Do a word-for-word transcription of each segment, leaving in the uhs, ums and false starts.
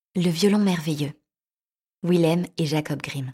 Le violon merveilleux. Willem et Jacob Grimm.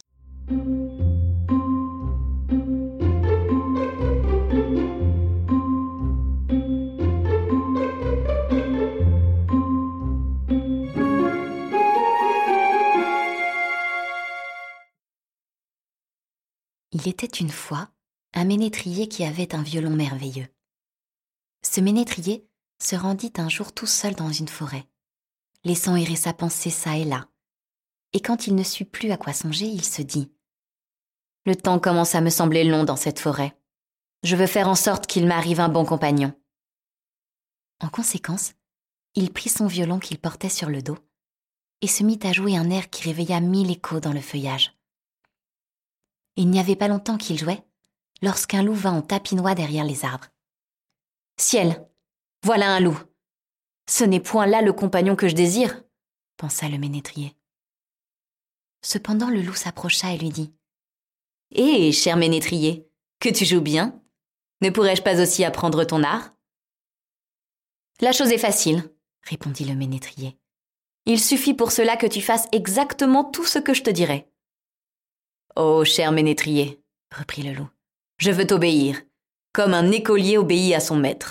Il était une fois un ménétrier qui avait un violon merveilleux. Ce ménétrier se rendit un jour tout seul dans une forêt, laissant errer sa pensée çà et là. Et quand il ne sut plus à quoi songer, il se dit « Le temps commence à me sembler long dans cette forêt. Je veux faire en sorte qu'il m'arrive un bon compagnon. » En conséquence, il prit son violon qu'il portait sur le dos et se mit à jouer un air qui réveilla mille échos dans le feuillage. Il n'y avait pas longtemps qu'il jouait, lorsqu'un loup vint en tapinois derrière les arbres. « Ciel, voilà un loup. Ce n'est point là le compagnon que je désire, » pensa le ménétrier. Cependant le loup s'approcha et lui dit « Hé, cher ménétrier, que tu joues bien. Ne pourrais-je pas aussi apprendre ton art ?»« La chose est facile, » répondit le ménétrier. « Il suffit pour cela que tu fasses exactement tout ce que je te dirai. »« Oh, cher ménétrier, » reprit le loup, « je veux t'obéir, comme un écolier obéit à son maître. »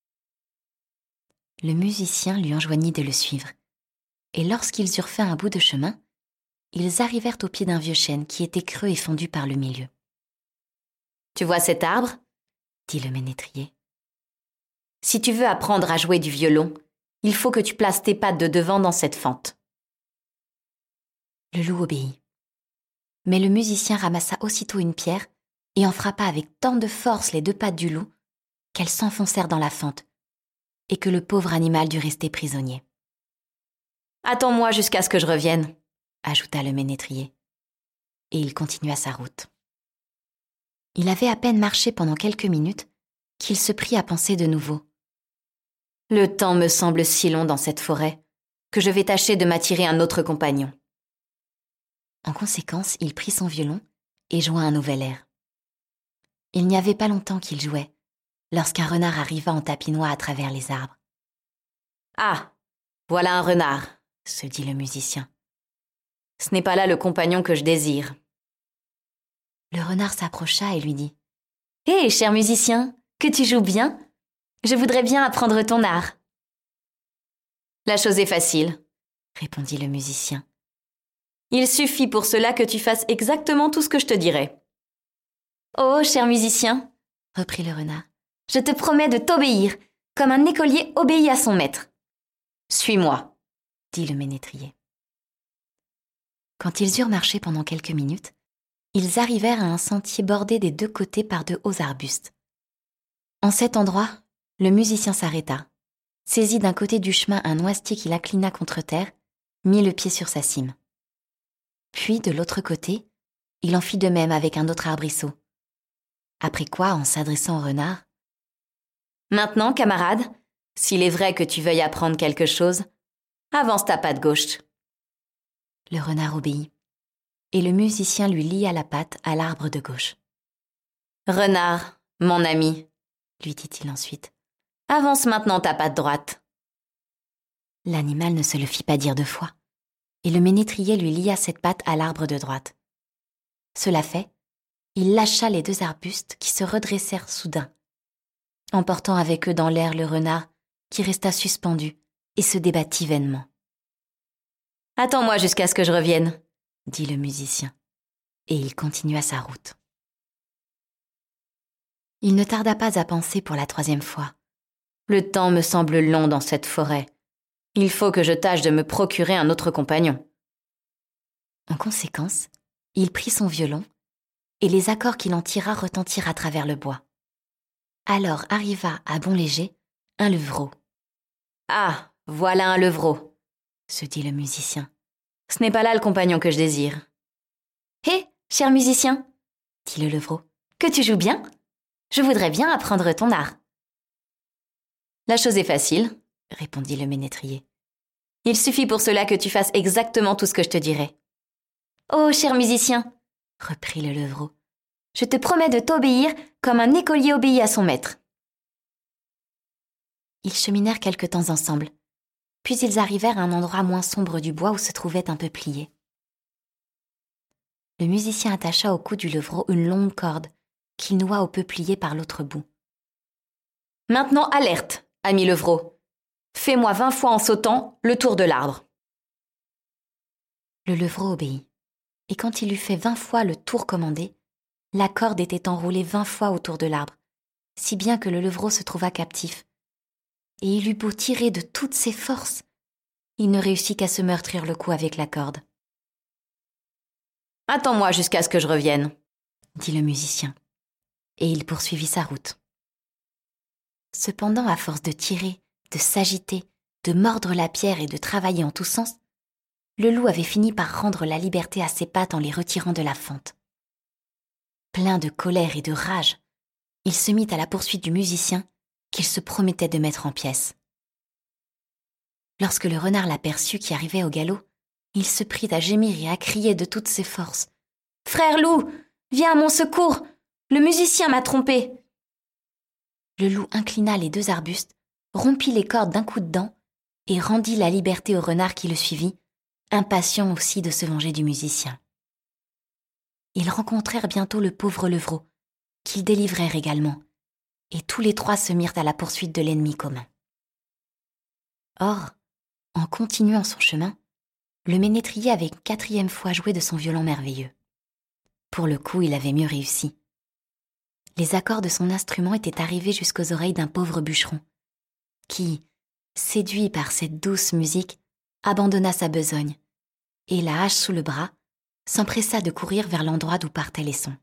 Le musicien lui enjoignit de le suivre, et lorsqu'ils eurent fait un bout de chemin, ils arrivèrent au pied d'un vieux chêne qui était creux et fendu par le milieu. « Tu vois cet arbre ?» dit le ménétrier. « Si tu veux apprendre à jouer du violon, il faut que tu places tes pattes de devant dans cette fente. » Le loup obéit. Mais le musicien ramassa aussitôt une pierre et en frappa avec tant de force les deux pattes du loup qu'elles s'enfoncèrent dans la fente et que le pauvre animal dut rester prisonnier. « Attends-moi jusqu'à ce que je revienne, » ajouta le ménétrier. Et il continua sa route. Il avait à peine marché pendant quelques minutes qu'il se prit à penser de nouveau. « Le temps me semble si long dans cette forêt que je vais tâcher de m'attirer un autre compagnon. » En conséquence, il prit son violon et joua un nouvel air. Il n'y avait pas longtemps qu'il jouait, lorsqu'un renard arriva en tapinois à travers les arbres. « Ah, voilà un renard, » se dit le musicien. « Ce n'est pas là le compagnon que je désire. » Le renard s'approcha et lui dit « Hé, cher musicien, que tu joues bien. Je voudrais bien apprendre ton art. »« La chose est facile, » répondit le musicien. « Il suffit pour cela que tu fasses exactement tout ce que je te dirai. »« Oh, cher musicien, » reprit le renard, « je te promets de t'obéir, comme un écolier obéit à son maître. »« Suis-moi, » dit le ménétrier. Quand ils eurent marché pendant quelques minutes, ils arrivèrent à un sentier bordé des deux côtés par de hauts arbustes. En cet endroit, le musicien s'arrêta, saisit d'un côté du chemin un noisetier qu'il inclina contre terre, mit le pied sur sa cime. Puis, de l'autre côté, il en fit de même avec un autre arbrisseau. Après quoi, en s'adressant au renard, « Maintenant, camarade, s'il est vrai que tu veuilles apprendre quelque chose, avance ta patte gauche. » Le renard obéit, et le musicien lui lia la patte à l'arbre de gauche. « Renard, mon ami, » lui dit-il ensuite, « avance maintenant ta patte droite. » L'animal ne se le fit pas dire deux fois, et le ménétrier lui lia cette patte à l'arbre de droite. Cela fait, il lâcha les deux arbustes qui se redressèrent soudain, emportant avec eux dans l'air le renard qui resta suspendu et se débattit vainement. « Attends-moi jusqu'à ce que je revienne, » dit le musicien, et il continua sa route. Il ne tarda pas à penser pour la troisième fois. « Le temps me semble long dans cette forêt. Il faut que je tâche de me procurer un autre compagnon. » En conséquence, il prit son violon, et les accords qu'il en tira retentirent à travers le bois. Alors arriva à bon léger un levrault. « Ah, voilà un levrault, » se dit le musicien. « Ce n'est pas là le compagnon que je désire. »« Hé, cher musicien, » dit le levrault, « que tu joues bien. Je voudrais bien apprendre ton art. »« La chose est facile, » répondit le ménétrier. « Il suffit pour cela que tu fasses exactement tout ce que je te dirai. »« Oh, cher musicien, » reprit le levrault, « je te promets de t'obéir comme un écolier obéit à son maître. » Ils cheminèrent quelque temps ensemble, Puis ils arrivèrent à un endroit moins sombre du bois où se trouvait un peuplier. Le musicien attacha au cou du levreau une longue corde qu'il noua au peuplier par l'autre bout. « Maintenant, alerte, ami levreau. Fais-moi vingt fois en sautant le tour de l'arbre. » Le levreau obéit, et quand il eut fait vingt fois le tour commandé, la corde était enroulée vingt fois autour de l'arbre, si bien que le levreau se trouva captif. Et il eut beau tirer de toutes ses forces, il ne réussit qu'à se meurtrir le cou avec la corde. « Attends-moi jusqu'à ce que je revienne, » dit le musicien, et il poursuivit sa route. Cependant, à force de tirer, de s'agiter, de mordre la pierre et de travailler en tous sens, le loup avait fini par rendre la liberté à ses pattes en les retirant de la fente. Plein de colère et de rage, il se mit à la poursuite du musicien qu'il se promettait de mettre en pièces. Lorsque le renard l'aperçut qui arrivait au galop, il se prit à gémir et à crier de toutes ses forces. « Frère loup, viens à mon secours! Le musicien m'a trompé !» Le loup inclina les deux arbustes, rompit les cordes d'un coup de dent et rendit la liberté au renard qui le suivit, impatient aussi de se venger du musicien. Ils rencontrèrent bientôt le pauvre levreau, qu'ils délivrèrent également, et tous les trois se mirent à la poursuite de l'ennemi commun. Or, en continuant son chemin, le ménétrier avait une quatrième fois joué de son violon merveilleux. Pour le coup, il avait mieux réussi. Les accords de son instrument étaient arrivés jusqu'aux oreilles d'un pauvre bûcheron, qui, séduit par cette douce musique, abandonna sa besogne, et la hache sous le bras, s'empressa de courir vers l'endroit d'où partaient les sons.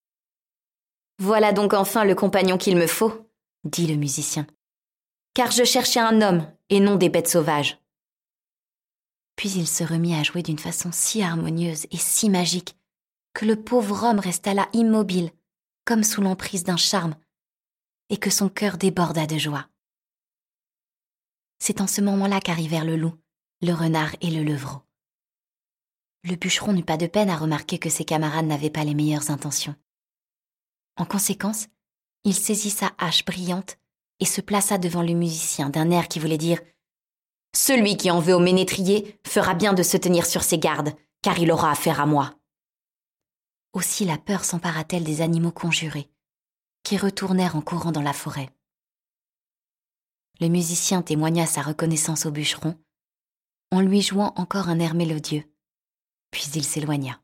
« Voilà donc enfin le compagnon qu'il me faut, » dit le musicien, « car je cherchais un homme et non des bêtes sauvages. » Puis il se remit à jouer d'une façon si harmonieuse et si magique que le pauvre homme resta là immobile, comme sous l'emprise d'un charme, et que son cœur déborda de joie. C'est en ce moment-là qu'arrivèrent le loup, le renard et le levreau. Le bûcheron n'eut pas de peine à remarquer que ses camarades n'avaient pas les meilleures intentions. En conséquence, il saisit sa hache brillante et se plaça devant le musicien d'un air qui voulait dire « Celui qui en veut au ménétrier fera bien de se tenir sur ses gardes, car il aura affaire à moi. » Aussi la peur s'empara-t-elle des animaux conjurés, qui retournèrent en courant dans la forêt. Le musicien témoigna sa reconnaissance au bûcheron, en lui jouant encore un air mélodieux, puis il s'éloigna.